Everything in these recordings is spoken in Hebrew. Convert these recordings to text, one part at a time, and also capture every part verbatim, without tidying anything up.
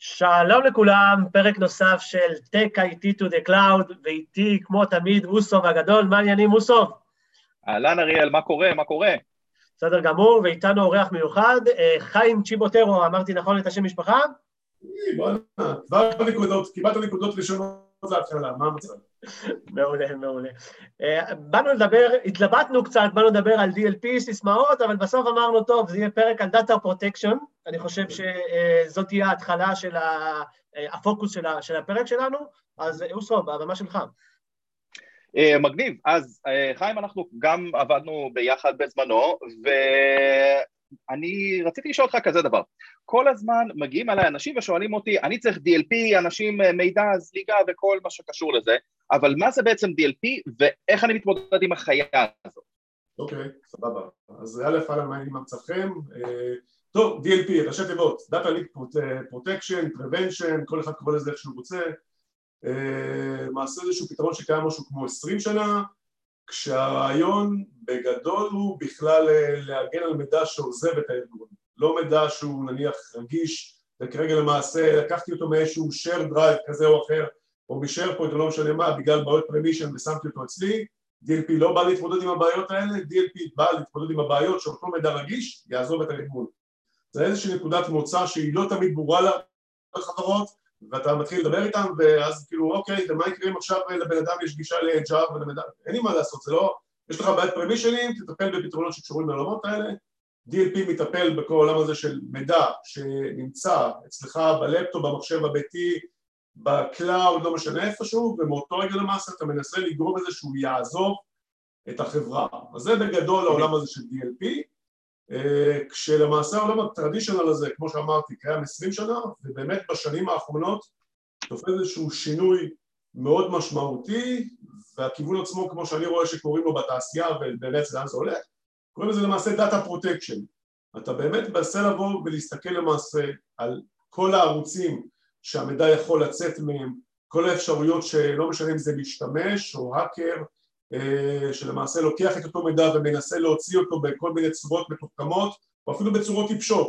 שלום לכולם, פרק נוסף של Tech איי טי to the Cloud, ואיתי כמו תמיד אוסוב הגדול. מה העניינים אוסוב? אהלן אריאל, מה קורה? מה קורה? בסדר גמור, ואיתנו אורח מיוחד, חיים צ'יבוטרו, אמרתי נכון את השם משפחה? בוא'נה, קיבלת נקודות, קיבלת נקודות ראשונות להתחלה, מה המצב? מעולה, מעולה. באנו לדבר, התלבטנו קצת, באנו לדבר על די אל פי, סיסמאות, אבל בסוף אמרנו, טוב, זה יהיה פרק על Data Protection, אני חושב שזאת תהיה ההתחלה של הפוקוס של הפרק שלנו, אז אוסוב, הבמה שלך. מגניב, אז חיים, אנחנו גם עבדנו ביחד בזמנו, ואני רציתי לשאול אותך כזה דבר, כל הזמן מגיעים אליי אנשים ושואלים אותי, אני צריך די אל פי, אנשים מידע, זליגה וכל מה שקשור לזה, אבל מה זה בעצם די אל פי ואיך אני מתמודד עם החיה הזאת? אוקיי, סבבה, אז א' על המעניינים מצבכם, טוב, די אל פי, ראשי תיבות, Data Leak Protection, Prevention, כל אחד קורא לזה איך שהוא רוצה, מעשה איזשהו פתרון שקיים משהו כמו עשרים שנה, כשהרעיון בגדול הוא בכלל להגן על מידע שעוזב את הארגון, לא מידע שהוא נניח רגיש, וכרגע למעשה לקחתי אותו מאיזשהו share drive כזה או אחר, או משאר פה, לא משנה מה, בגלל בעיות פרמישן ושמתי אותו אצלי, די אל פי לא בא להתמודד עם הבעיות האלה, די אל פי בא להתמודד עם הבעיות שאותו מידע רגיש, יעזוב את הארגון. זה איזושהי נקודת מוצא שהיא לא תמיד ברורה לחברות, ואתה מתחיל לדבר איתם, ואז כאילו, אוקיי, ומה יקרה אם עכשיו לבן אדם יש גישה ל-ג'אר ולמידע, אין לי מה לעשות, זה לא, יש לך בעיית פרמישנים, תטפל בפתרונות שקשורים לעולמות האלה, די אל פי מטפל בכל העולם הזה של מידע שנמצא אצלך בלפטופ, במחשב הביתי, בקלאוד, לא משנה איפשהו, ומאותו רגע למעשה אתה מנסה לגרום לזה שהוא יעזוב את החברה. אז זה בגדול העולם הזה של די אל פי, כשלמעשה העולם הטרדישיונל הזה, כמו שאמרתי, קיים עשרים שנה, ובאמת בשנים האחרונות תופס איזשהו שינוי מאוד משמעותי, והכיוון עצמו, כמו שאני רואה שקוראים לו בתעשייה, ובאמת לאן זה הולך, קוראים לזה למעשה Data Protection. אתה באמת מנסה לבוא ולהסתכל למעשה על כל הערוצים שהמידע יכול לצאת מהם, כל האפשרויות שלא משנה אם זה משתמש או האקר, שלמעשה לוקח את אותו מידע ומנסה להוציא אותו בכל מיני צורות מתוחכמות, או אפילו בצורות טיפשות,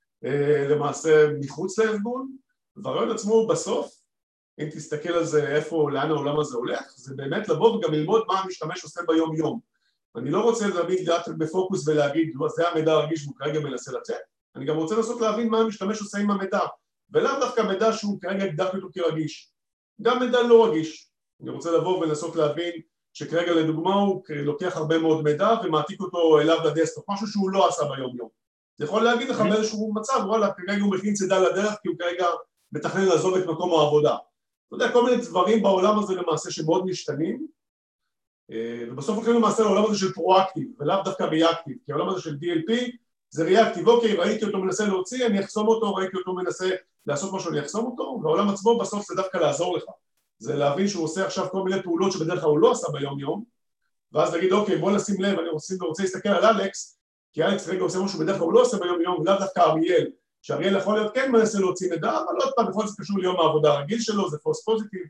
למעשה מחוץ לארגון, והרעיון עצמו בסוף, אם תסתכל על זה איפה, לאן העולם הזה הולך, זה באמת לבוא וגם ללמוד מה המשתמש עושה ביום יום. אני לא רוצה להביא דעת בפוקוס ולהגיד, זה המידע הרגיש והוא כרגע מנסה לצאת, אני גם רוצה לנסות להבין מה המשתמש עושה עם המידע, ולאו דווקא מידע שהוא כרגע הגדרתי אותו כרגיש, גם מידע לא רגיש. אני רוצה לבוא ולנסות להבין שכרגע לדוגמה הוא לוקח הרבה מאוד מידע ומעתיק אותו אליו לדסטופ, משהו שהוא לא עשה ביום יום. זה יכול להגיד לך באיזשהו מצב, וואלה, כרגע הוא מכין צידה לדרך כי הוא כרגע מתכנן לעזוב את מקום העבודה. אתה יודע, כל מיני דברים בעולם הזה למעשה שמאוד משתנים, ובסוף הולכים למעשה לעולם הזה של פרואקטיב, ולאו דווקא ריאקטיב, כי העולם הזה של די אל פי זה ריאקטיב, אוקיי, ראיתי אותו מנסה להוציא, אני אחסום אותו, ראיתי אותו מנסה לעשות משהו, אני אחסום אותו, והעולם עצמו בסוף זה דווקא לעזור לך. זה להבין שהוא עושה עכשיו כל מיני פעולות שבדרך כלל הוא לא עשה ביום יום, ואז להגיד, אוקיי, בוא נשים לב, אני רוצה, רוצה להסתכל על אלכס, כי אלכס רגע עושה משהו בדרך כלל הוא לא עושה ביום יום, ולא דווקא אריאל, שאריאל יכול להיות כן מנסה להוציא מידע, אבל עוד פעם, בכל זאת קשור ליום העבודה הרגיל שלו, זה פוסט פוזיטיב.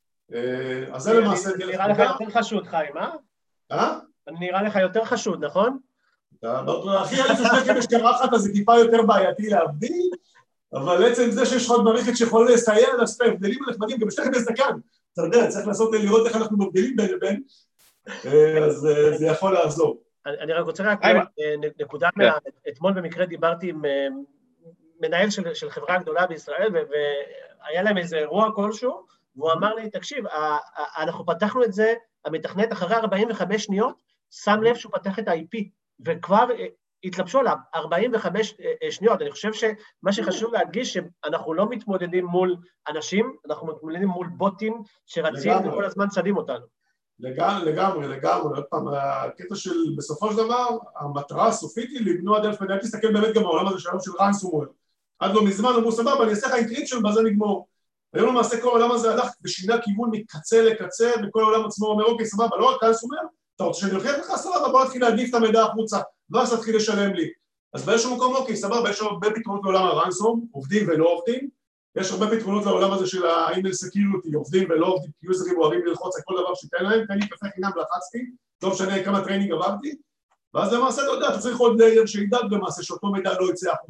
אז זה למעשה... זה נראה לך יותר חשוד, חיים, אה? אה? זה נראה לך יותר חשוד, נכון? הכי אלף ששתיים משקרחת, אז זה טיפה יותר בעייתי להבדיל, אבל עצם זה שיש לך עוד מערכת שיכולה לסייע לספר, הבדלים הנחמדים, גם שתכף בזדקן, אתה יודע, צריך לעשות לראות איך אנחנו מבדילים בין לבין, אז זה יכול לעזור. אני רק רוצה רק נקודה, אתמול במקרה דיברתי עם מנהל של חברה גדולה בישראל, והיה להם איזה אירוע כלשהו, והוא אמר לי, תקשיב, אנחנו פתחנו את זה, המתכנת אחרי ארבעים וחמש שניות, שם לב שהוא פתח את ה-איי פי, וכבר התלבשו עליו ארבעים וחמש שניות. אני חושב שמה שחשוב להדגיש, שאנחנו לא מתמודדים מול אנשים, אנחנו מתמודדים מול בוטים שרצים וכל הזמן צדים אותנו. לגמרי, לגמרי, לגמרי. עוד פעם, הקטע של בסופו של דבר, המטרה הסופית היא לבנוע דרך מדע, תסתכל באמת גם בעולם הזה שלנו של ransomware. עד לא מזמן אמרו סבבה, אני אעשה לך אינקריפשן, בזה נגמור. היום למעשה כל העולם הזה הלך בשינה כיוון מקצה לקצה, וכל העולם עצמו אומר, אוקיי, סבבה, לא רק ransomware, אתה רוצה שאני אוכיח לך, סבבה, בוא נתחיל להגיף את המידע החוצה, ואז תתחיל לשלם לי. אז באיזשהו מקום, אוקיי, סבבה, יש הרבה פתרונות לעולם הרנסום, עובדים ולא עובדים, יש הרבה פתרונות לעולם הזה של ה-email security, עובדים ולא עובדים, כי יוזרים אוהבים ללחוץ על כל דבר שתן להם, תן לי קפה חינם לחצתי, לא משנה כמה טריינינג עברתי, ואז למעשה, אתה יודע, אתה צריך עוד לייר שידאג למעשה שאותו מידע לא יצא החוצה.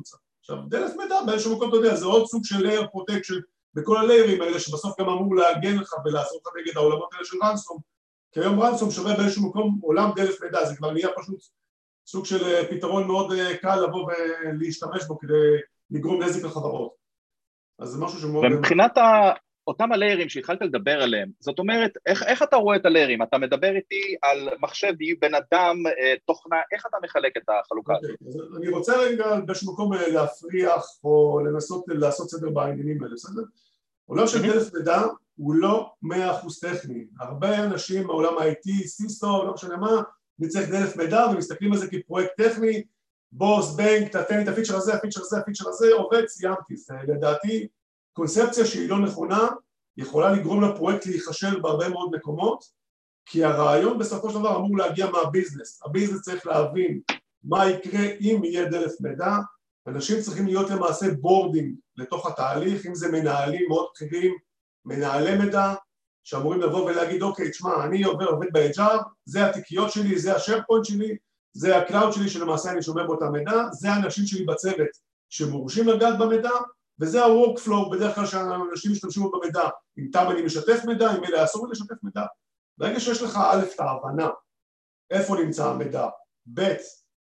עכשיו, דלף מידע באיזשהו מקום, אתה יודע, זה עוד סוג של layer protection בכל הליירים האלה, שבסוף גם אמור להגן לך ולעשות לך נגד העולמות האלה של רנסום, כי היום רנסום שווה באיזשהו מקום עולם דלף מידע, זה כבר נהיה פשוט סוג של פתרון מאוד קל לבוא ולהשתמש בו כדי לגרום נזק לחברות. אז זה משהו שמאוד... ומבחינת ה... אותם הליירים שהתחלת לדבר עליהם, זאת אומרת, איך, איך אתה רואה את הליירים? אתה מדבר איתי על מחשב, בן אדם, תוכנה, איך אתה מחלק את החלוקה הזאת? Okay, אני רוצה רגע באיזשהו מקום להפריח או לנסות לעשות סדר בעניינים האלה, בסדר? עולם של דלף מידע הוא לא מאה אחוז טכני. הרבה אנשים בעולם ה-איי טי, סיסו, לא משנה מה, נצטרך דלף מידע ומסתכלים על זה כפרויקט טכני, בוס, בנק, תתן לי את הפיצ'ר הזה, הפיצ'ר הזה, הפיצ'ר הזה, עובד, סיימתי. לדעתי, קונספציה שהיא לא נכונה, יכולה לגרום לפרויקט להיחשל בהרבה מאוד מקומות, כי הרעיון בסופו של דבר אמור להגיע מהביזנס. הביזנס צריך להבין מה יקרה אם יהיה דלף מידע, אנשים צריכים להיות למעשה בורדינג לתוך התהליך, אם זה מנהלים מאוד בכירים, מנהלי מידע, שאמורים לבוא ולהגיד, אוקיי, תשמע, אני עובר עובד באג'אר, זה התיקיות שלי, זה השארפוינט שלי, זה הקלאוד שלי שלמעשה אני שומר באותה מידע, זה האנשים שלי בצוות שמורשים לגעת במידע, וזה ה-workflow בדרך כלל שאנשים משתמשים במידע, אם תם אני משתף מידע, אם אלה אסור לי לשתף מידע. ברגע שיש לך א' את ההבנה, איפה נמצא המידע, ב'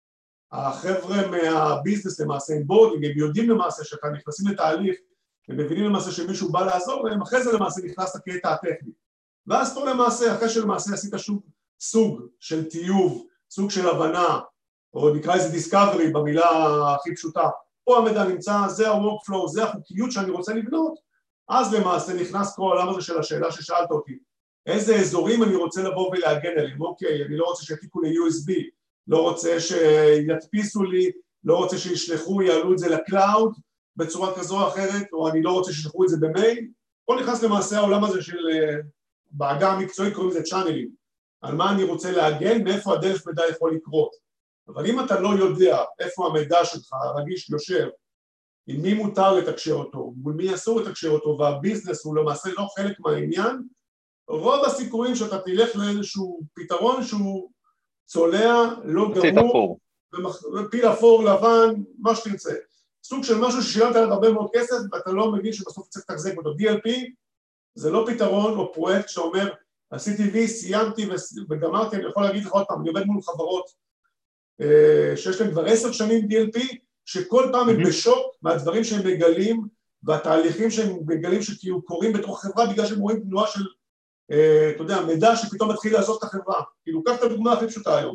החבר'ה מהביזנס למעשה עם בורדינג, הם יודעים למעשה שאתה נכנסים לתהליך, הם מבינים למעשה שמישהו בא לעזור להם, אחרי זה למעשה נכנס לקטע הטכני. ואז פה למעשה, אחרי שלמעשה עשית שוב סוג של טיוב, סוג של הבנה, או נקרא איזה דיסקאברי במילה הכי פשוטה, פה המידע נמצא, זה ה-workflow, זה החוקיות שאני רוצה לבנות, אז למעשה נכנס כל העולם הזה של השאלה ששאלת אותי, איזה אזורים אני רוצה לבוא ולהגן עליהם, אוקיי, אני לא רוצה שיתיקו ל-יו אס בי, לא רוצה שידפיסו לי, לא רוצה שישלחו, יעלו את זה לקלאוד בצורה כזו או אחרת, או אני לא רוצה שישלחו את זה במייל, פה נכנס למעשה העולם הזה של, בעגה המקצועית קוראים לזה צ'אנלים, על מה אני רוצה להגן, מאיפה הדלף מידע יכול לקרות. אבל אם אתה לא יודע איפה המידע שלך, הרגיש יושב, עם מי מותר לתקשר אותו, מול מי אסור לתקשר אותו, והביזנס הוא למעשה לא חלק מהעניין, רוב הסיכויים שאתה תלך לאיזשהו פתרון שהוא צולע, לא גמור, פיל אפור, לבן, מה שתרצה. סוג של משהו ששילמת עליו הרבה מאוד כסף, ואתה לא מבין שבסוף צריך לתחזק אותו. די אל פי זה לא פתרון או פרויקט שאומר, עשיתי וי, סיימתי וגמרתי, אני יכול להגיד לך עוד פעם, אני עובד מול חברות, שיש להם כבר עשר שנים די אל פי, שכל פעם הם בשוק מהדברים שהם מגלים, והתהליכים שהם מגלים שכאילו קורים בתוך החברה, בגלל שהם רואים תנועה של, אתה יודע, מידע שפתאום מתחיל לעזוב את החברה. כאילו, קח את הדוגמה הכי פשוטה היום.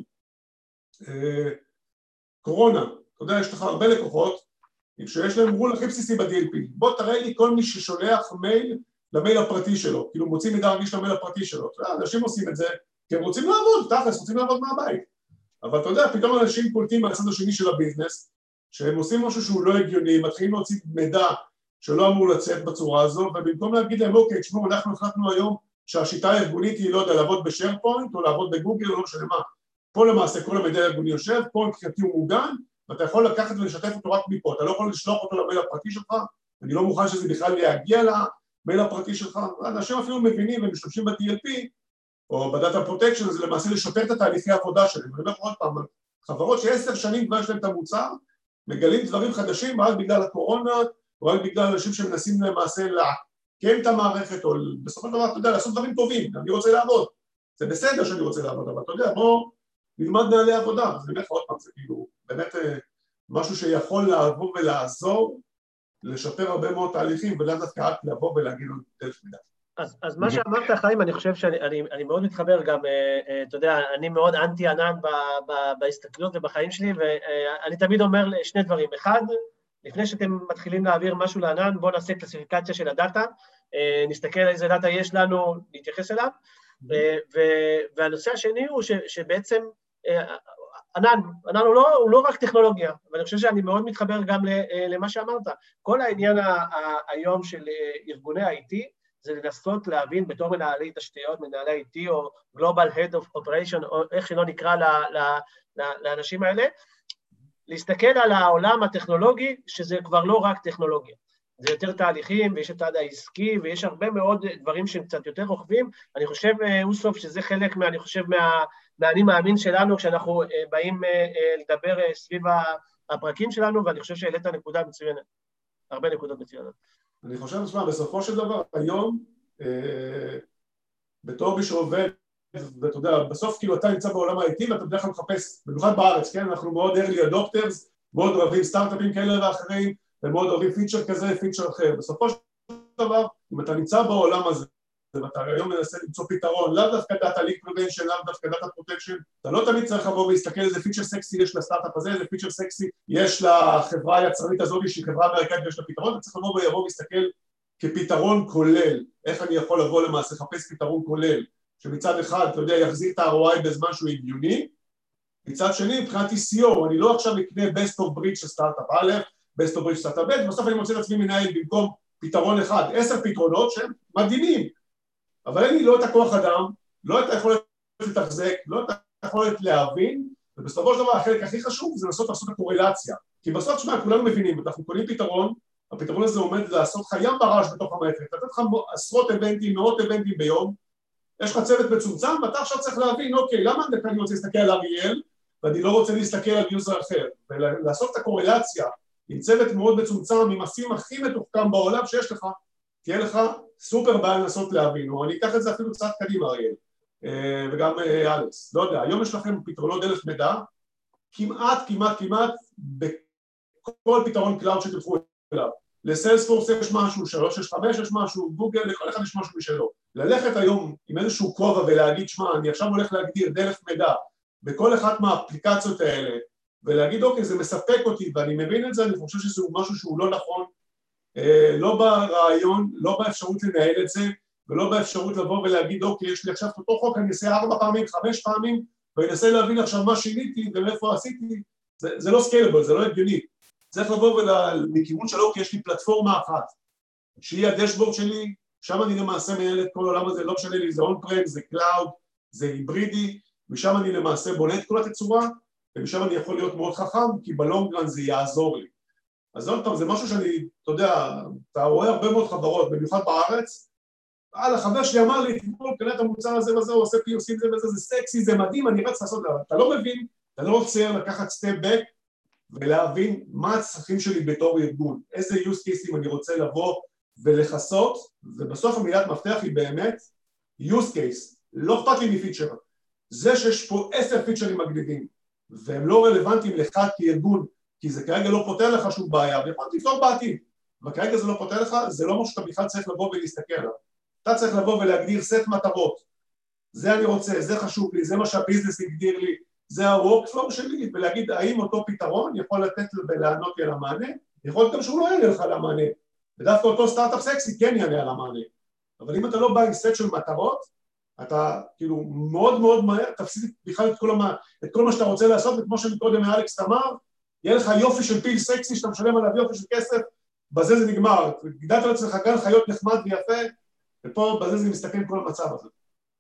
קורונה, אתה יודע, יש לך הרבה לקוחות, שיש להם רול הכי בסיסי ב-די אל פי. בוא תראה לי כל מי ששולח מייל למייל הפרטי שלו, כאילו מוציא מידע רגיש למייל הפרטי שלו. אנשים עושים את זה, כי הם רוצים לעבוד, תכלס, רוצים לעבוד מהבית. אבל אתה יודע, פתאום אנשים קולטים מהצד השני של הביזנס, שהם עושים משהו שהוא לא הגיוני, מתחילים להוציא מידע שלא אמור לצאת בצורה הזו, ובמקום להגיד להם, אוקיי, תשמעו, אנחנו החלטנו היום שהשיטה הארגונית היא, לא יודע, לעבוד בשארפוינט, או לעבוד בגוגל, או לא משנה מה. פה למעשה כל המידע הארגוני יושב, פה מבחינתי הוא מוגן, ואתה יכול לקחת ולשתף אותו רק מפה, אתה לא יכול לשלוח אותו למייל הפרטי שלך, אני לא מוכן שזה בכלל להגיע למייל הפרטי שלך, אנשים אפילו מבינים ומשתמשים ב-די אל פי, או בדאטה פרוטקשן, זה למעשה לשפר את התהליכי העבודה שלהם. אני אומר עוד פעם, חברות שעשר שנים כבר יש להם את המוצר, מגלים דברים חדשים רק בגלל הקורונה, או רק בגלל אנשים שמנסים למעשה להקם את המערכת, או בסופו של דבר, אתה יודע, לעשות דברים טובים, אני רוצה לעבוד. זה בסדר שאני רוצה לעבוד, אבל אתה יודע, בוא נלמד נעלי עבודה, אז אני אומר עוד פעם, זה כאילו באמת משהו שיכול לעבור ולעזור, לשפר הרבה מאוד תהליכים, ולאו דווקא רק לבוא ולהגיד לו דלף מידע. אז, אז מה שאמרת, חיים, אני חושב שאני אני, אני מאוד מתחבר גם, אתה יודע, אני מאוד אנטי ענן ב, ב, בהסתכלות ובחיים שלי, ואני תמיד אומר שני דברים. אחד, לפני שאתם מתחילים להעביר משהו לענן, בואו נעשה קלסיפיקציה של הדאטה, נסתכל על איזה דאטה יש לנו, נתייחס אליו, והנושא השני הוא ש, שבעצם, ענן, ענן הוא לא, הוא לא רק טכנולוגיה, ואני חושב שאני מאוד מתחבר גם למה שאמרת. כל העניין היום של ארגוני ה-איי טי, זה לנסות להבין בתור מנהלי תשתיות, מנהלי איי טי או Global Head of Operation, או איך שלא נקרא לאנשים האלה, להסתכל על העולם הטכנולוגי, שזה כבר לא רק טכנולוגיה. זה יותר תהליכים, ויש את הצד העסקי, ויש הרבה מאוד דברים שהם קצת יותר רוחבים. אני חושב, אוסוף, שזה חלק מה, אני חושב, מה, מהאני מאמין שלנו, כשאנחנו באים לדבר סביב הפרקים שלנו, ואני חושב שהעלית נקודה מצוינת, הרבה נקודות מצוינות. אני חושב, תשמע, בסופו של דבר, היום, אה, בתור מי שעובד, ואתה יודע, בסוף כאילו אתה נמצא בעולם ה-איי טי ואתה בדרך כלל מחפש, במיוחד בארץ, כן? אנחנו מאוד early adopters, מאוד אוהבים סטארט-אפים כאלה ואחרים, ומאוד אוהבים פיצ'ר כזה, פיצ'ר אחר. בסופו של דבר, אם אתה נמצא בעולם הזה, ואתה היום מנסה למצוא פתרון, לאו דווקא דאטה ליק פרוונשן, לאו דווקא דאטה פרוטקשן, אתה לא תמיד צריך לבוא ולהסתכל איזה פיצ'ר סקסי יש לסטארט-אפ הזה, איזה פיצ'ר סקסי יש לחברה היצרנית הזאת שהיא חברה אמריקאית ויש לה פתרון, אתה צריך לבוא ויבוא ולהסתכל כפתרון כולל, איך אני יכול לבוא למעשה, לחפש פתרון כולל, שמצד אחד, אתה יודע, יחזיר את ה-אר או איי בזמן שהוא הגיוני, מצד שני, מבחינת טי סי או, אני לא עכשיו אקנה best of breed של סטארט-אפ א', best of breed של סטארט-אפ ב', ובסוף אני מוצא את עצמי מנהל במקום פתרון אחד, עשר פתרונות שהם מדהימים, אבל אין לי לא את הכוח אדם, לא את היכולת לתחזק, לא את היכולת להבין, ובסופו של דבר החלק הכי חשוב זה לנסות לעשות את הקורלציה, כי בסוף שמה, כולנו מבינים, אנחנו קונים פתרון, הפתרון הזה עומד לעשות לך ים ברש בתוך המערכת, לתת לך עשרות איבנטים, מאות איבנטים ביום, יש לך צוות מצומצם, ואתה עכשיו צריך להבין, אוקיי, למה אני רוצה להסתכל על אריאל, ואני לא רוצה להסתכל על יוזר אחר, ולעשות את הקורלציה עם צוות מאוד מצומצם, עם הסים הכי מתוחכם בעולם שיש לך, תהיה לך סופר בעיה לנסות להבין, או אני אקח את זה אפילו קצת קדימה, אריאל, וגם אלכס, לא יודע, היום יש לכם פתרונות דרך מידע, כמעט, כמעט, כמעט, בכל פתרון קלאוד שתלכו אליו. לסיילספורס יש משהו, שלוש שש חמש יש משהו, גוגל, לכל אחד יש משהו משלו. ללכת היום עם איזשהו כובע ולהגיד, שמה, אני עכשיו הולך להגדיר דרך מידע בכל אחת מהאפליקציות האלה, ולהגיד, אוקיי, זה מספק אותי, ואני מבין את זה, אני חושב שזה משהו שהוא לא נכון, לא ברעיון, לא באפשרות לנהל את זה, ולא באפשרות לבוא ולהגיד, אוקיי, יש לי עכשיו את אותו חוק, אני אעשה ארבע פעמים, חמש פעמים, ואני אנסה להבין עכשיו מה שיניתי ומאיפה עשיתי, זה, זה לא סקיילבל, זה לא הגיוני. צריך לבוא מכיוון שלו, כי יש לי פלטפורמה אחת, שהיא הדשבורד שלי, שם אני למעשה מנהל את כל העולם הזה, לא משנה לי, זה און-פרם, זה קלאוד, זה היברידי, משם אני למעשה בונה את כל התצורה, ומשם אני יכול להיות מאוד חכם, כי בלונגרן זה יעזור לי. אז עוד פעם, זה משהו שאני, אתה יודע, אתה רואה הרבה מאוד חברות, במיוחד בארץ, על החבר שלי אמר לי, תקראו, קנה את המוצר הזה וזה, הוא עושה פי, עושים זה וזה, זה סקסי, זה מדהים, אני רץ לעשות, אתה לא מבין, אתה לא רוצה לקחת סטפ בק, ולהבין מה הצרכים שלי בתור ארגון, איזה use cases אני רוצה לבוא ולחסות, ובסוף המילת מפתח היא באמת use case, לא אכפת לי מפיצ'ר, זה שיש פה עשר פיצ'רים מגניבים, והם לא רלוונטיים לך כארגון, כי זה כרגע לא פותר לך שום בעיה, ויכול לפתור בעתיד, וכרגע זה לא פותר לך, זה לא משהו שאתה בכלל צריך לבוא ולהסתכל עליו, אתה צריך לבוא ולהגדיר סט מטרות, זה אני רוצה, זה חשוב לי, זה מה שהביזנס הגדיר לי, זה ה-workflow שלי, ולהגיד האם אותו פתרון יכול לתת ולענות לי על המענה, יכול להיות גם שהוא לא יענה לך על המענה, ודווקא אותו סטארט-אפ סקסי כן יענה על המענה, אבל אם אתה לא בא עם סט של מטרות, אתה כאילו מאוד מאוד מהר תפסיד בכלל את כל, המה, את כל מה שאתה רוצה לעשות, וכמו שמקודם מאלכס אמר, יהיה לך יופי של פיל סקסי שאתה משלם עליו יופי של כסף, בזה זה נגמר, גדלת לעצמך גן חיות נחמד ויפה, ופה בזה זה מסתכן כל המצב הזה.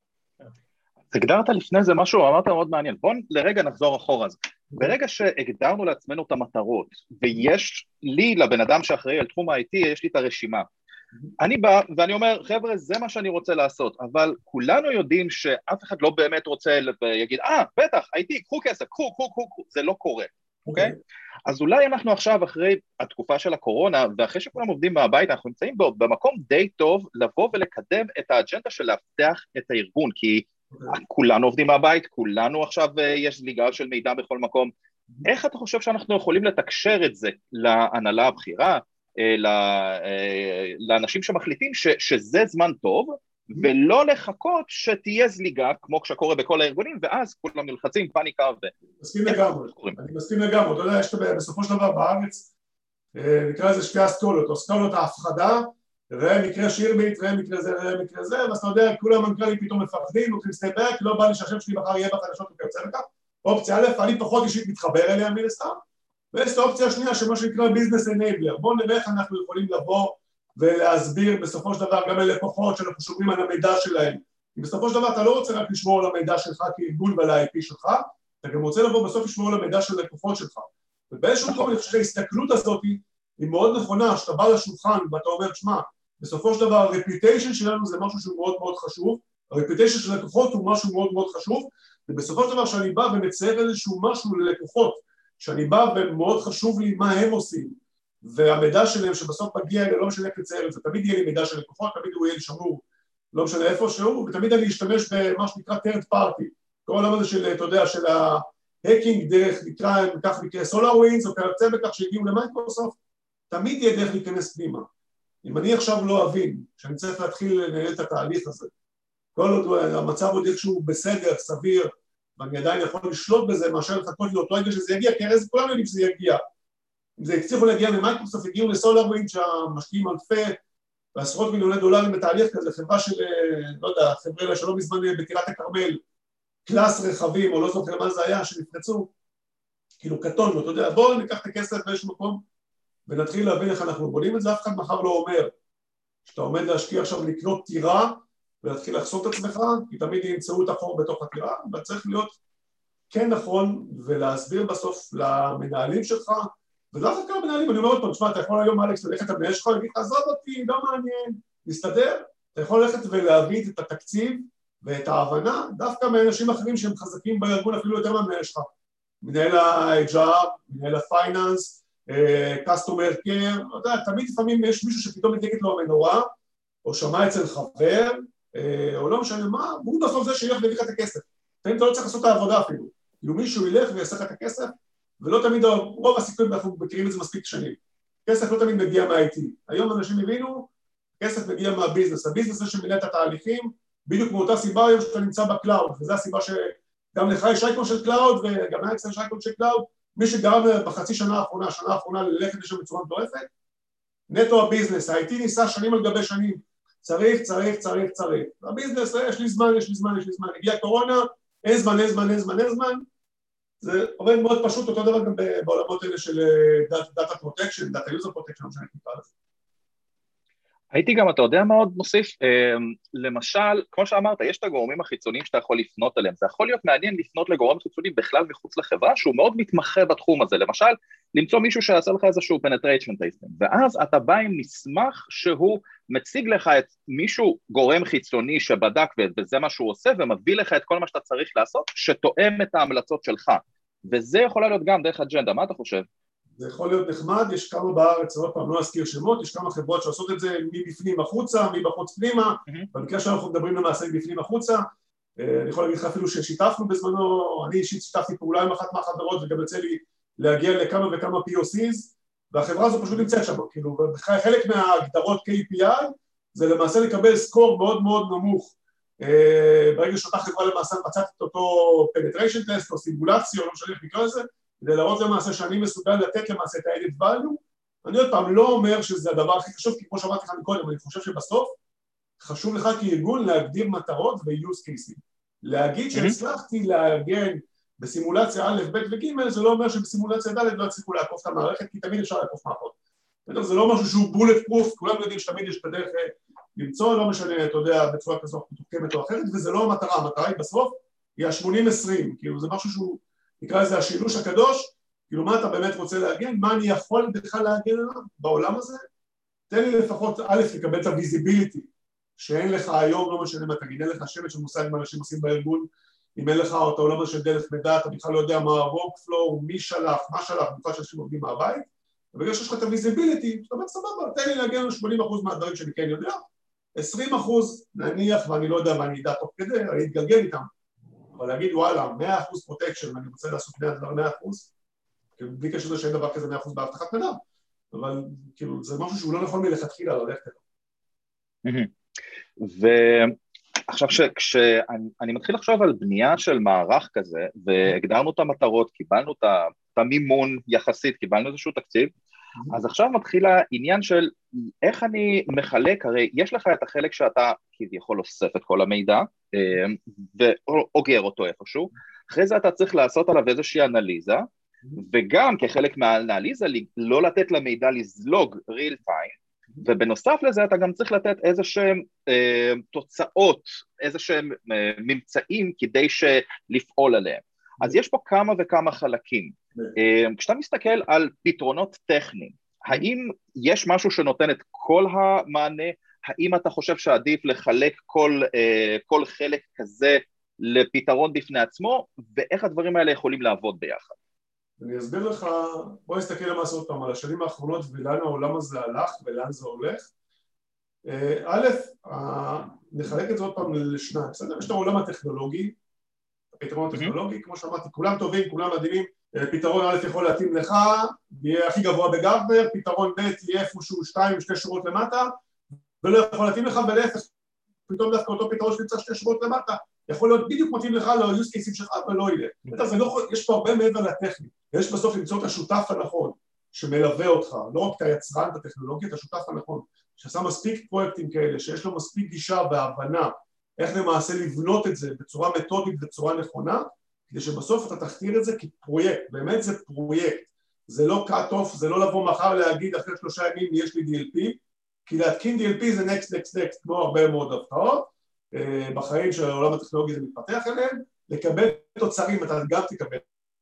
הגדרת לפני זה משהו, אמרת מאוד מעניין, בואו לרגע נחזור אחורה אז. ברגע שהגדרנו לעצמנו את המטרות, ויש לי, לבן אדם שאחראי על תחום ה-איי טי, יש לי את הרשימה. אני בא ואני אומר, חבר'ה, זה מה שאני רוצה לעשות, אבל כולנו יודעים שאף אחד לא באמת רוצה להגיד, אה, בטח, איי טי, קחו כסף, קחו, קחו, קחו, זה לא קורה, אוקיי? אז אולי אנחנו עכשיו אחרי התקופה של הקורונה, ואחרי שכולם עובדים מהבית, אנחנו נמצאים במקום די טוב לבוא ולקדם את האג'נדה של להפתח את הארגון, כי כולנו עובדים מהבית, כולנו עכשיו יש זליגה של מידע בכל מקום. איך אתה חושב שאנחנו יכולים לתקשר את זה להנהלה הבכירה, לאנשים שמחליטים שזה זמן טוב, ולא לחכות שתהיה זליגה, כמו שקורה בכל הארגונים, ואז כולם נלחצים, פאניקה ו... מסכים לגמרי, אני מסכים לגמרי, אתה יודע, יש בסופו של דבר בארץ, נקרא לזה שתי אסכולות, אסכולות ההפחדה, ראה מקרה שירביט, ראה מקרה זה, ראה מקרה זה, ואז אתה יודע, כולם המנכ"לים פתאום מפחדים, לוקחים סטייבק, לא בא לי שהשם שלי מחר יהיה בחדשות וכיוצא לכך. אופציה א', אני פחות אישית מתחבר אליה מן הסתם, ויש את האופציה השנייה שמה שנקרא ביזנס אנייבלר, בואו נראה איך אנחנו יכולים לבוא ולהסביר בסופו של דבר גם ללקוחות שאנחנו שומרים על המידע שלהם, כי בסופו של דבר אתה לא רוצה רק לשמור על המידע שלך כארגון ועל ה-איי פי שלך, אתה גם רוצה לבוא בסוף לשמור על המידע של לקוחות שלך, ובאיזשהו מקום אני חושב שההסתכלות הזאת היא מאוד נכונה, שאתה בא לשולחן ואתה אומר, שמה, בסופו של דבר, הרפיטיישן שלנו זה משהו שהוא מאוד מאוד חשוב, הרפיטיישן של לקוחות הוא משהו מאוד מאוד חשוב, ובסופו של דבר שאני בא ומצייר איזשהו משהו ללקוחות, שאני בא ומאוד חשוב לי מה הם עושים, והמידע שלהם שבסוף מגיע, לא משנה איך לצייר את זה, תמיד יהיה לי מידע של לקוחות, תמיד הוא יהיה שמור, לא משנה איפה שהוא, ותמיד אני אשתמש במה שנקרא third party, כל העולם הזה של, אתה יודע, של ההקינג דרך, נקרא, כך נקרא SolarWinds, או כרצה בכך שהגיעו למייקרוסופט, תמיד יהיה דרך להיכנס פנימה. אם אני עכשיו לא אבין, שאני צריך להתחיל לנהל את התהליך הזה, כל עוד המצב עוד איכשהו בסדר, סביר, ואני עדיין יכול לשלוט בזה, מאשר לחכות לאותו רגע שזה יגיע, כי הרי זה כולם יודעים שזה יגיע. אם זה הצליחו להגיע ממייקרוסופט, הגיעו לסולארווינד, שהמשקיעים אלפי ועשרות מיליוני דולרים בתהליך כזה, חברה של, לא יודע, חברה שלא מזמן בטירת הכרמל, קלאס רכבים, או לא זוכר מה זה היה, שנפרצו, כאילו קטון, אתה יודע, בואו ניקח את הכסף באיזשהו מקום, ונתחיל להבין איך אנחנו בונים את זה, אף אחד מחר לא אומר, שאתה עומד להשקיע עכשיו לקנות טירה, ולהתחיל לחסות את עצמך, כי תמיד ימצאו את החור בתוך הטירה, אבל צריך להיות כן נכון, ולהסביר בסוף למנהלים שלך, ולאו דווקא למנהלים, אני אומר עוד פעם, תשמע, אתה יכול היום אלכס ללכת למנהל שלך, ולהגיד, עזוב אותי, לא מעניין, נסתדר, אתה יכול ללכת ולהביא את התקציב ואת ההבנה, דווקא מאנשים אחרים שהם חזקים בארגון, אפילו יותר מהמנהל שלך, מנהל ה-אייץ' אר, מנהל הפייננס, customer care, לא יודע, תמיד לפעמים יש מישהו שפתאום מתנגד לו המנורה, או שמע אצל חבר, או לא משנה מה, והוא בסוף זה שילך ולהביא לך את הכסף. תמיד אתה לא צריך לעשות את העבודה אפילו. כאילו מישהו ילך ויעשה לך את הכסף, ולא תמיד, רוב הסיכויים אנחנו מכירים את זה מספיק שנים. כסף לא תמיד מגיע מה-איי טי. היום אנשים הבינו, כסף מגיע מהביזנס. הביזנס זה שמנהל את התהליכים, בדיוק מאותה סיבה היום שאתה נמצא בקלאוד, וזו הסיבה שגם לך יש אייקון של קלאוד, וגם לך יש אייקון של קלאוד, מי שגרם בחצי שנה האחרונה, שנה האחרונה ללכת לשם בצורה מטורפת, נטו הביזנס, ה-איי טי ניסה שנים על גבי שנים, צריך, צריך, צריך, צריך. הביזנס, יש לי זמן, יש לי זמן, יש לי זמן, הגיעה קורונה, אין זמן, אין זמן, אין זמן, אין זמן, זה עובד מאוד פשוט, אותו דבר גם בעולמות האלה של דאטה פרוטקשן, דאטה יוזר פרוטקשן, לא משנה נקרא לזה. הייתי גם, אתה יודע מה עוד מוסיף? למשל, כמו שאמרת, יש את הגורמים החיצוניים שאתה יכול לפנות אליהם, זה יכול להיות מעניין לפנות לגורם חיצוני בכלל מחוץ לחברה, שהוא מאוד מתמחה בתחום הזה, למשל, למצוא מישהו שיעשה לך איזשהו penetration testing, ואז אתה בא עם מסמך שהוא מציג לך את מישהו, גורם חיצוני שבדק וזה מה שהוא עושה, ומביא לך את כל מה שאתה צריך לעשות, שתואם את ההמלצות שלך, וזה יכולה להיות גם דרך אג'נדה, מה אתה חושב? זה יכול להיות נחמד, יש כמה בארץ, עוד פעם לא אזכיר שמות, יש כמה חברות שעושות את זה מבפנים החוצה, מבחוץ פנימה, mm-hmm. במקרה שאנחנו מדברים למעשה מבפנים החוצה, אני יכול להגיד לך אפילו ששיתפנו בזמנו, אני אישית שיתפתי פעולה עם אחת מהחברות, וגם יצא לי להגיע לכמה וכמה פי או סיז, והחברה הזו פשוט נמצאת שם, כאילו, חלק מההגדרות קיי פי איי, זה למעשה לקבל סקור מאוד מאוד נמוך, ברגע שאותה חברה למעשה מצאת את אותו penetration test או סימולציה, או לא משנה איך נקרא לזה, כדי להראות למעשה שאני מסוגל לתת למעשה את ה-added value, אני עוד פעם לא אומר שזה הדבר הכי חשוב, כי כמו שאמרתי לך מקודם, אני חושב שבסוף חשוב לך כארגון להגדיר מטרות ו-use cases. להגיד שהצלחתי להגן בסימולציה א', ב' וג', זה לא אומר שבסימולציה ד' לא יצליחו לעקוף את המערכת, כי תמיד אפשר לעקוף מערכות. זה לא משהו שהוא bullet proof, כולם יודעים שתמיד יש את הדרך למצוא, לא משנה, אתה יודע, בצורה כזאת מתוחכמת או אחרת, וזה לא המטרה, המטרה היא בסוף, היא ה-שמונים עשרים, כאילו זה משהו שהוא נקרא לזה השילוש הקדוש, כאילו מה אתה באמת רוצה להגן, מה אני יכול בכלל להגן עליו בעולם הזה, תן לי לפחות א' לקבל את הוויזיביליטי, שאין לך היום, לא משנה מה תגיד, אין לך שמץ של מושג מה אנשים עושים בארגון, אם אין לך את העולם הזה של דרך מידע, אתה בכלל לא יודע מה ה-workflow, מי שלח, מה שלח, במיוחד שאנשים עובדים מהבית, ובגלל שיש לך את הוויזיביליטי, אתה אומר סבבה, תן לי להגן על שמונים אחוז מהדברים שאני כן יודע, עשרים אחוז נניח, ואני לא יודע מה אני אדע תוך כדי, אני אתגלגל איתם. אבל להגיד, וואלה, מאה אחוז פרוטקשן, ואני רוצה לעשות מאה אחוז, בלי קשר לזה שאין דבר כזה מאה אחוז בהבטחת מידע, אבל כאילו, זה משהו שהוא לא נכון מלכתחילה ללכת אליו. ועכשיו כשאני מתחיל לחשוב על בנייה של מערך כזה, והגדרנו את המטרות, קיבלנו את המימון יחסית, קיבלנו איזשהו תקציב, אז עכשיו מתחיל העניין של איך אני מחלק, הרי יש לך את החלק שאתה כביכול אוסף את כל המידע, ואוגר אותו איפשהו, אחרי זה אתה צריך לעשות עליו איזושהי אנליזה, וגם כחלק מהאנליזה לא לתת למידע לזלוג real time, ובנוסף לזה אתה גם צריך לתת איזשהם אה, תוצאות, איזשהם אה, ממצאים כדי לפעול עליהם. אז יש פה כמה וכמה חלקים. אה, כשאתה מסתכל על פתרונות טכניים, האם יש משהו שנותן את כל המענה? האם אתה חושב שעדיף לחלק כל, אה, כל חלק כזה לפתרון בפני עצמו, ואיך הדברים האלה יכולים לעבוד ביחד? אני אסביר לך, בוא נסתכל למעשה עוד פעם על השנים האחרונות ולאן העולם הזה הלך ולאן זה הולך. א', נחלק את זה עוד פעם לשניים, בסדר? יש את העולם הטכנולוגי, הפתרון הטכנולוגי, כמו שאמרתי, כולם טובים, כולם מדהימים, פתרון א' יכול להתאים לך, יהיה הכי גבוה בגרטנר, פתרון ב' יהיה איפשהו שתיים, שתי שורות למטה, ולא יכול להתאים לך, ולהפך, פתאום דווקא אותו פתרון שנמצא שתי שורות למטה, יכול להיות בדיוק מתאים לך ל-use cases שלך ולא יהיה. יש פה הרבה מעבר לטכני, יש בסוף למצוא את השותף הנכון שמלווה אותך, לא רק את היצרן, את הטכנולוגיה, את השותף הנכון, שעשה מספיק פרויקטים כאלה, שיש לו מספיק גישה והבנה איך למעשה לבנות את זה בצורה מתודית, בצורה נכונה, כדי שבסוף אתה תכתיר את זה כפרויקט, באמת זה פרויקט, זה לא cut off, זה לא לבוא מחר להגיד אחרי שלושה ימים יש לי די אל פי, כי להתקין די אל פי זה next, next, next, כמו הרבה מאוד הבטחות, בחיים של העולם הטכנולוגי זה מתפתח אליהם, לקבל תוצרים, אתה גם תקבל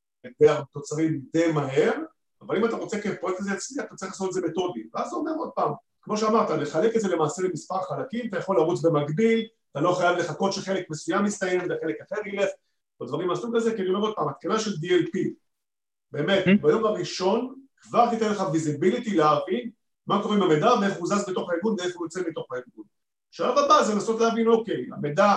תוצרים די מהר, אבל אם אתה רוצה כפרויקט הזה יצליח, אתה צריך לעשות את זה מתודי, ואז זה אומר עוד פעם, כמו שאמרת, לחלק את זה למעשה למספר חלקים, אתה יכול לרוץ במקביל, אתה לא חייב לחכות שחלק מסוים יסתיים, וחלק אחר ילך, ודברים מהסוג הזה, כי אני אומר עוד פעם, התקנה של די אל פי, באמת, ביום הראשון, כבר תיתן לך ויזיביליטי להבין מה קורה עם המידע, ואיך הוא זז בתוך הארגון, ואיך הוא יוצא מתוך הארגון. שלב הבא זה לנסות להבין, אוקיי, המידע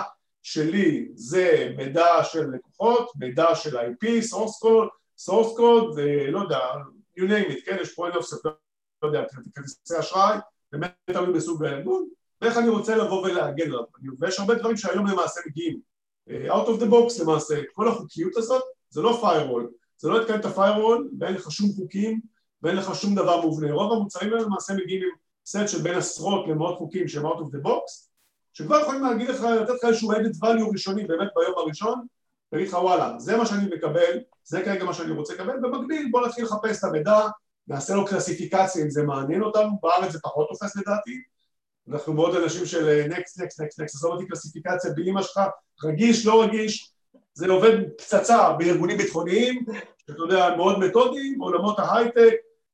שלי זה מידע של לקוחות, מידע של איי פי, source code, source code, לא יודע, you name it, כן, יש point of sale, לא יודע, כרטיסי אשראי, באמת תלוי בסוג הארגון, ואיך אני רוצה לבוא ולהגן עליו. ויש הרבה דברים שהיום למעשה מגיעים. out of the box למעשה, כל החוקיות הזאת, זה לא firewall, זה לא התקיים את ה-firewall, ואין לך שום חוקים, ואין לך שום דבר מובנה. רוב המוצרים האלה למעשה מגיעים עם סט של בין עשרות למאות חוקים שהם out of the box, שכבר יכולים להגיד לך, לתת לך איזשהו added value ראשוני, באמת ביום הראשון, תגיד לך וואלה, זה מה שאני מקבל, זה כרגע מה שאני רוצה לקבל, במקביל בוא נתחיל לחפש את המידע, נעשה לו קלסיפיקציה אם זה מעניין אותנו, בארץ זה פחות תופס לדעתי, אנחנו מאוד אנשים של next, next, next, next, עזוב אותי קלסיפיקציה באמא שלך, רגיש, לא רגיש, זה עובד פצצה בארגונים ביטחוניים, שאתה יודע, מאוד מתודיים, עולמות ההייטק,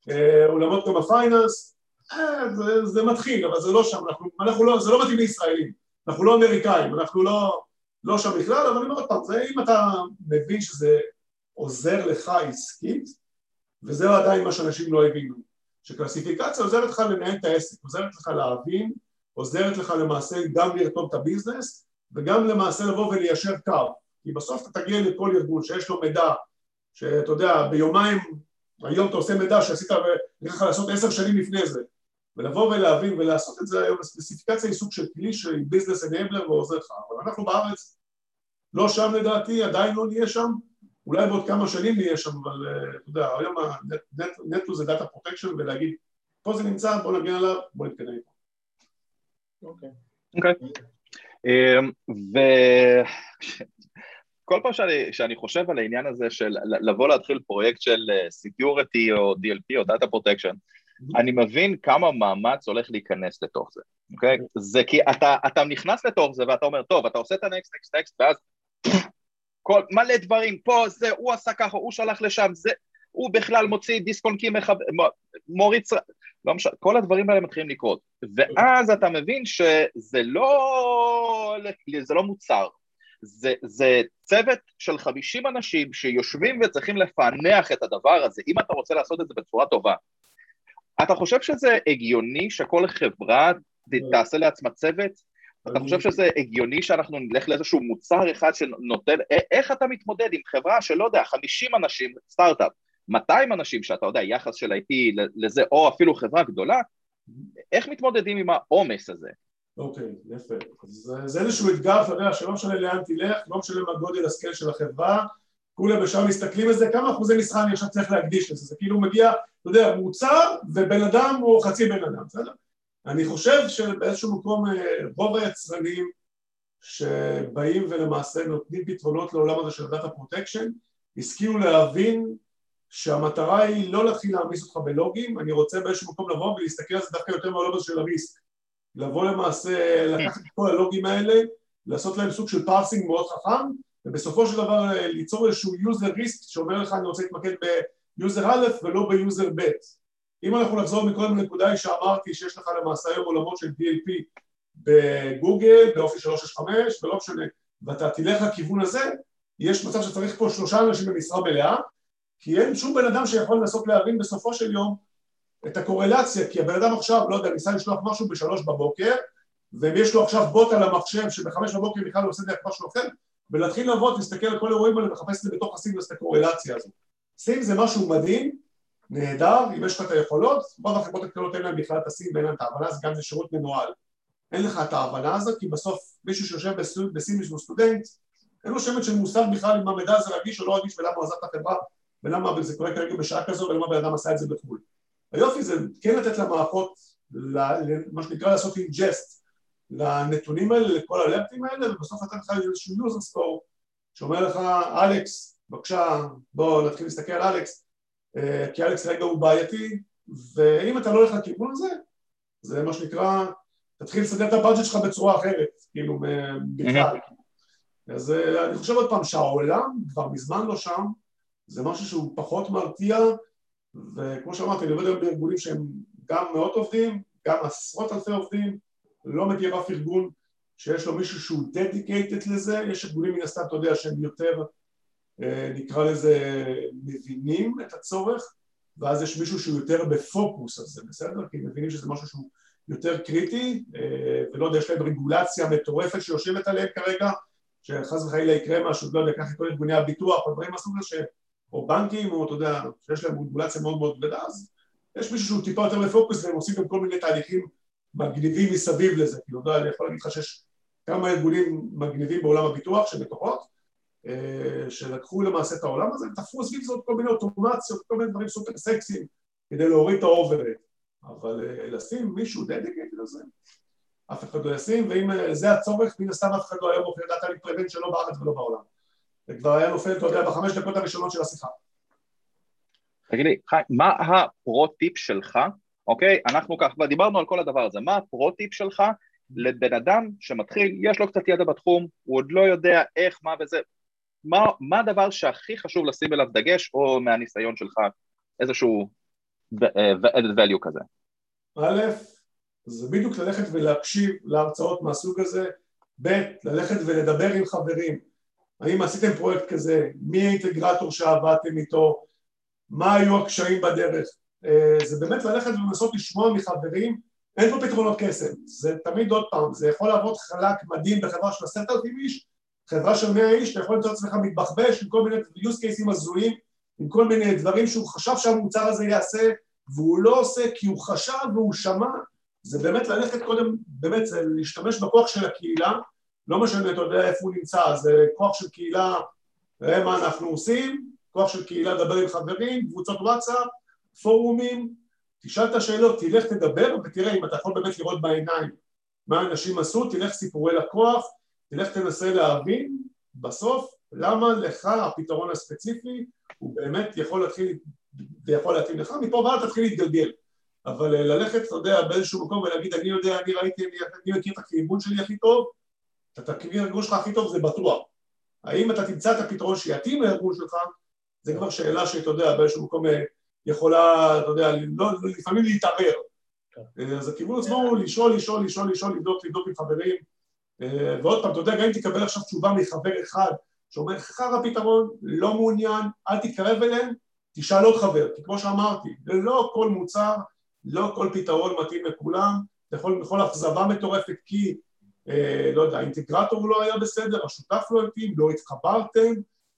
עולמות גם הפייננס, זה, זה מתחיל, אבל זה לא שם, אנחנו, אנחנו לא, זה לא מתאים לישראלים, אנחנו לא אמריקאים, אנחנו לא, לא שם בכלל, אבל אני אומר עוד פעם, זה אם אתה מבין שזה עוזר לך עסקית, וזה עדיין מה שאנשים לא הבינו, שקלסיפיקציה עוזרת לך לנהל את העסק, עוזרת לך להבין, עוזרת לך למעשה גם לרתום את הביזנס, וגם למעשה לבוא וליישר קו, כי בסוף אתה תגיע לכל ארגון שיש לו מידע, שאתה יודע, ביומיים, היום אתה עושה מידע שעשית ונראה לך לעשות עשר שנים לפני זה, ולבוא ולהבין ולעשות את זה היום, הספציפיקציה היא סוג של כלי של ביזנס אנבלר ועוזר לך, אבל אנחנו בארץ לא שם לדעתי, עדיין לא נהיה שם, אולי בעוד כמה שנים נהיה שם, אבל אתה יודע, היום נטו זה דאטה פרוטקשן, ולהגיד, פה זה נמצא, בוא נגן עליו, בוא נתקדם איתו. אוקיי. אוקיי. וכל פעם שאני, שאני חושב על העניין הזה של לבוא להתחיל פרויקט של Security או די אל פי או דאטה פרוטקשן, אני מבין כמה מאמץ הולך להיכנס לתוך זה, אוקיי? זה כי אתה, אתה נכנס לתוך זה ואתה אומר, טוב, אתה עושה את ה-next, next, next, ואז כל, מלא דברים, פה זה, הוא עשה ככה, הוא שלח לשם, זה, הוא בכלל מוציא דיסקונקים, מוריץ, לא משנה, כל הדברים האלה מתחילים לקרות, ואז אתה מבין שזה לא, זה לא מוצר, זה, זה צוות של חמישים אנשים שיושבים וצריכים לפענח את הדבר הזה, אם אתה רוצה לעשות את זה בצורה טובה. אתה חושב שזה הגיוני שכל חברה תעשה לעצמה צוות? אתה חושב שזה הגיוני שאנחנו נלך לאיזשהו מוצר אחד שנותן, איך אתה מתמודד עם חברה שלא יודע, חמישים אנשים, סטארט-אפ, מאתיים אנשים שאתה יודע, יחס של איי טי לזה, או אפילו חברה גדולה, איך מתמודדים עם העומס הזה? אוקיי, יפה. זה איזשהו אתגר, אתה יודע, שלא משנה לאן תלך, לא משנה מה גודל הסקייל של החברה, כולם בשם מסתכלים על זה, כמה אחוזי משרה אני עכשיו צריך להקדיש לזה, זה כאילו מגיע, אתה יודע, מוצר ובן אדם או חצי בן אדם, בסדר? אני חושב שבאיזשהו מקום רוב היצרנים שבאים ולמעשה נותנים פתרונות לעולם הזה של דאטה פרוטקשן, השכילו להבין שהמטרה היא לא להתחיל להעמיס אותך בלוגים, אני רוצה באיזשהו מקום לבוא ולהסתכל על זה דווקא יותר מהעולם הזה של הריסק, לבוא למעשה, לקחת את כל הלוגים האלה, לעשות להם סוג של פארסינג מאוד חכם, ובסופו של דבר ליצור איזשהו יוזר ריסק שאומר לך אני רוצה להתמקד ביוזר א' ולא ביוזר ב'. אם אנחנו נחזור מכל הנקודה שאמרתי שיש לך למעשה היום עולמות של די אל פי בגוגל, באופי שלוש שש חמש, ולא משנה, ואתה תלך לכיוון הזה, יש מצב שצריך פה שלושה אנשים במשרה מלאה, כי אין שום בן אדם שיכול לנסות להבין בסופו של יום את הקורלציה, כי הבן אדם עכשיו, לא יודע, ניסה לשלוח משהו בשלוש בבוקר, ואם יש לו עכשיו בוט על המחשב שבחמש בבוקר בכלל לא עושה דרך משהו אחר, ולהתחיל לעבוד, להסתכל על כל האירועים האלה ולחפש את זה בתוך הסימלס, את הקורלציה הזו. סים זה משהו מדהים, נהדר, אם יש לך את היכולות, רוב החברות הקטנות אין להם בכלל את הסים ואין להם את ההבנה, אז גם זה שירות מנוהל. אין לך את ההבנה הזאת, כי בסוף מישהו שיושב בסים שהוא סטודנט, אין לו שמץ של מושג בכלל אם המידע הזה רגיש או לא רגיש ולמה הוא עזב את החברה, ולמה זה קורה כרגע בשעה כזו ולמה בן אדם עשה את זה בחו"ל. היופי זה כן לתת למערכות, מה שנקרא לעשות אינג'סט, לנתונים האלה, לכל האלרטים האלה, ובסוף אתה לך איזשהו יוזר סקור, שאומר לך, אלכס, בבקשה, בוא נתחיל להסתכל על אלכס, כי אלכס רגע הוא בעייתי, ואם אתה לא הולך לכיוון הזה, זה מה שנקרא, תתחיל לסדר את הבאג'ט שלך בצורה אחרת, כאילו, בכלל. אז אני חושב עוד פעם שהעולם כבר מזמן לא שם, זה משהו שהוא פחות מרתיע, וכמו שאמרתי, אני עובד היום בארגונים שהם גם מאות עובדים, גם עשרות אלפי עובדים, לא מגיע באף ארגון שיש לו מישהו שהוא dedicated לזה, יש ארגונים מן הסתם, אתה יודע, שהם יותר, נקרא לזה, מבינים את הצורך, ואז יש מישהו שהוא יותר בפוקוס על זה, בסדר? כי מבינים שזה משהו שהוא יותר קריטי, ולא יודע, יש להם רגולציה מטורפת שיושבת עליהם כרגע, שחס וחלילה יקרה משהו, לא יודע, כך את כל ארגוני הביטוח, או דברים מהסוג הזה, או בנקים, או אתה יודע, שיש להם רגולציה מאוד מאוד גדולה, אז יש מישהו שהוא טיפה יותר בפוקוס, והם עושים גם כל מיני תהליכים מגניבים מסביב לזה, כי יודע, אני יכול להגיד לך שיש כמה ארגונים מגניבים בעולם הביטוח שבתוכות, שלקחו למעשה את העולם הזה, ותפרו סביב זאת כל מיני אוטומציות, כל מיני דברים סופר סקסיים, כדי להוריד את האוברד, אבל לשים מישהו דדיקטד לזה, אף אחד לא ישים, ואם זה הצורך, מן הסתם אף אחד לא היה מוכר דאטה לפרבנט שלא בארץ ולא בעולם. זה כבר היה נופל, אתה יודע, בחמש דקות הראשונות של השיחה. תגיד לי, חי, מה הפרוטיפ שלך, אוקיי? אנחנו ככה, דיברנו על כל הדבר הזה, מה הפרוטיפ שלך לבן אדם שמתחיל, יש לו קצת ידע בתחום, הוא עוד לא יודע איך, מה וזה, מה, מה הדבר שהכי חשוב לשים אליו דגש, או מהניסיון שלך, איזשהו added value כזה? א', זה בדיוק ללכת ולהקשיב להרצאות מהסוג הזה, ב', ללכת ולדבר עם חברים, האם עשיתם פרויקט כזה, מי האינטגרטור שעבדתם איתו, מה היו הקשיים בדרך, זה באמת ללכת ולנסות לשמוע מחברים, אין פה פתרונות קסם, זה תמיד עוד פעם, זה יכול לעבוד חלק מדהים בחברה של עשרת אלפים איש, חברה של מאה איש, אתה יכול למצוא עצמך מתבחבש עם כל מיני use cases הזויים, עם כל מיני דברים שהוא חשב שהמוצר הזה יעשה, והוא לא עושה כי הוא חשב והוא שמע, זה באמת ללכת קודם, באמת זה להשתמש בכוח של הקהילה, לא משנה, אתה יודע איפה הוא נמצא, זה כוח של קהילה, ראה מה אנחנו עושים, כוח של קהילה, דבר עם חברים, קבוצות וואטסאפ, פורומים, תשאל את השאלות, תלך תדבר ותראה אם אתה יכול באמת לראות בעיניים מה אנשים עשו, תלך סיפורי לקוח, תלך תנסה להבין בסוף למה לך הפתרון הספציפי הוא באמת יכול להתחיל ויכול להתאים לך, מפה ועד תתחיל להתגלגל, אבל ללכת, אתה יודע, באיזשהו מקום ולהגיד אני יודע, אני ראיתי, אני מכיר את הכיוון שלי הכי טוב, את הכיוון שלך הכי טוב זה בטוח, האם אתה תמצא את הפתרון שיתאים לארגון שלך, זה כבר שאלה שאתה יודע, באיזשהו מקום יכולה, אתה יודע, לא, לפעמים להתערער. אז הכיוון עצמו הוא לשאול, לשאול, לשאול, לשאול, לבדוק, לבדוק עם חברים. ועוד פעם, אתה יודע, גם אם תקבל עכשיו תשובה מחבר אחד, שאומר, חר הפתרון, לא מעוניין, אל תתקרב אליהם, תשאל עוד חבר. כי כמו שאמרתי, לא כל מוצר, לא כל פתרון מתאים לכולם, אתה יכול בכל אכזבה מטורפת, כי, לא יודע, האינטגרטור לא היה בסדר, השותף לא התאים, לא התחברתם,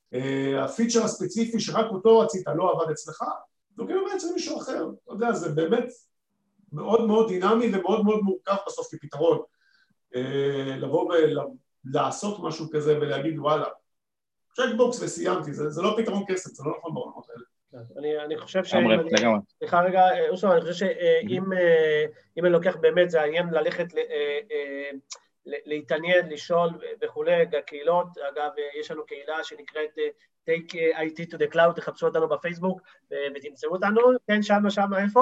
הפיצ'ר הספציפי שרק אותו רצית, לא עבד אצלך, לא כאילו בעצם מישהו אחר, אתה יודע, זה באמת מאוד מאוד דינמי ומאוד מאוד מורכב בסוף כפתרון, לבוא ולעשות משהו כזה ולהגיד וואלה, צ'קבוקס וסיימתי, זה, זה לא פתרון כסף, זה לא נכון בעולמות האלה. אני, אני חושב ש... סליחה רגע, אוסו, אני חושב שאם אם אני לוקח באמת, זה העניין ללכת ל... להתעניין, לשאול וכולי, הקהילות, אגב, יש לנו קהילה שנקראת Take איי טי to the Cloud, תחפשו אותנו בפייסבוק ותמצאו אותנו, כן, שמה, שמה, איפה.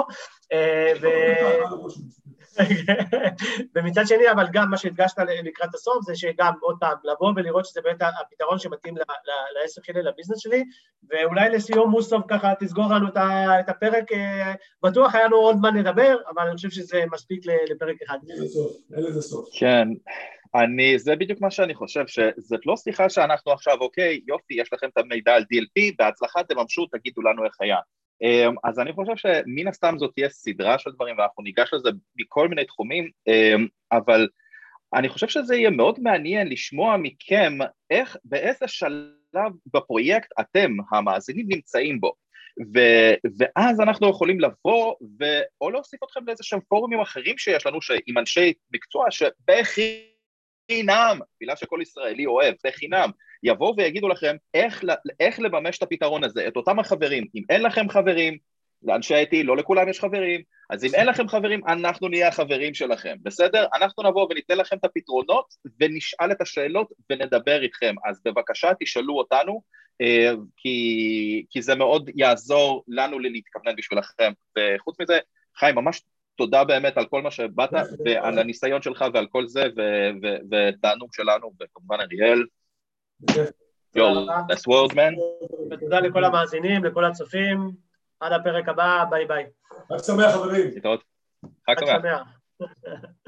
ומצד שני, אבל גם מה שהדגשת לקראת הסוף, זה שגם עוד פעם, לבוא ולראות שזה באמת הפתרון שמתאים לעסק שלי, לביזנס שלי, ואולי לסיום מוסוב ככה תסגור לנו את הפרק, בטוח היה לנו עוד מה לדבר, אבל אני חושב שזה מספיק לפרק אחד. אין לזה סוף. כן, אני, זה בדיוק מה שאני חושב, שזאת לא שיחה שאנחנו עכשיו, אוקיי, יופי, יש לכם את המידע על די אל פי, בהצלחה תממשו, תגידו לנו איך היה. אז אני חושב שמן הסתם זאת תהיה סדרה של דברים, ואנחנו ניגש לזה מכל מיני תחומים, אבל אני חושב שזה יהיה מאוד מעניין לשמוע מכם איך, באיזה שלב בפרויקט אתם, המאזינים, נמצאים בו. ו- ואז אנחנו יכולים לבוא, ו- או להוסיף אתכם לאיזה שהם פורומים אחרים שיש לנו, עם אנשי מקצוע שבחינם, מילה שכל ישראלי אוהב, בחינם, יבואו ויגידו לכם איך, איך לממש את הפתרון הזה, את אותם החברים. אם אין לכם חברים, לאנשי איי טי, לא לכולם יש חברים, אז אם אין לכם חברים, אנחנו נהיה החברים שלכם, בסדר? אנחנו נבוא וניתן לכם את הפתרונות, ונשאל את השאלות ונדבר איתכם. אז בבקשה תשאלו אותנו, כי, כי זה מאוד יעזור לנו להתכוונן בשבילכם. וחוץ מזה, חיים, ממש תודה באמת על כל מה שבאת, ועל הניסיון שלך ועל כל זה, ותענוג שלנו, וכמובן אריאל. Yo, that's world, man. ותודה לכל המאזינים, לכל הצופים. עד הפרק הבא, ביי ביי. חג שמח חברים. להתראות. חג שמח.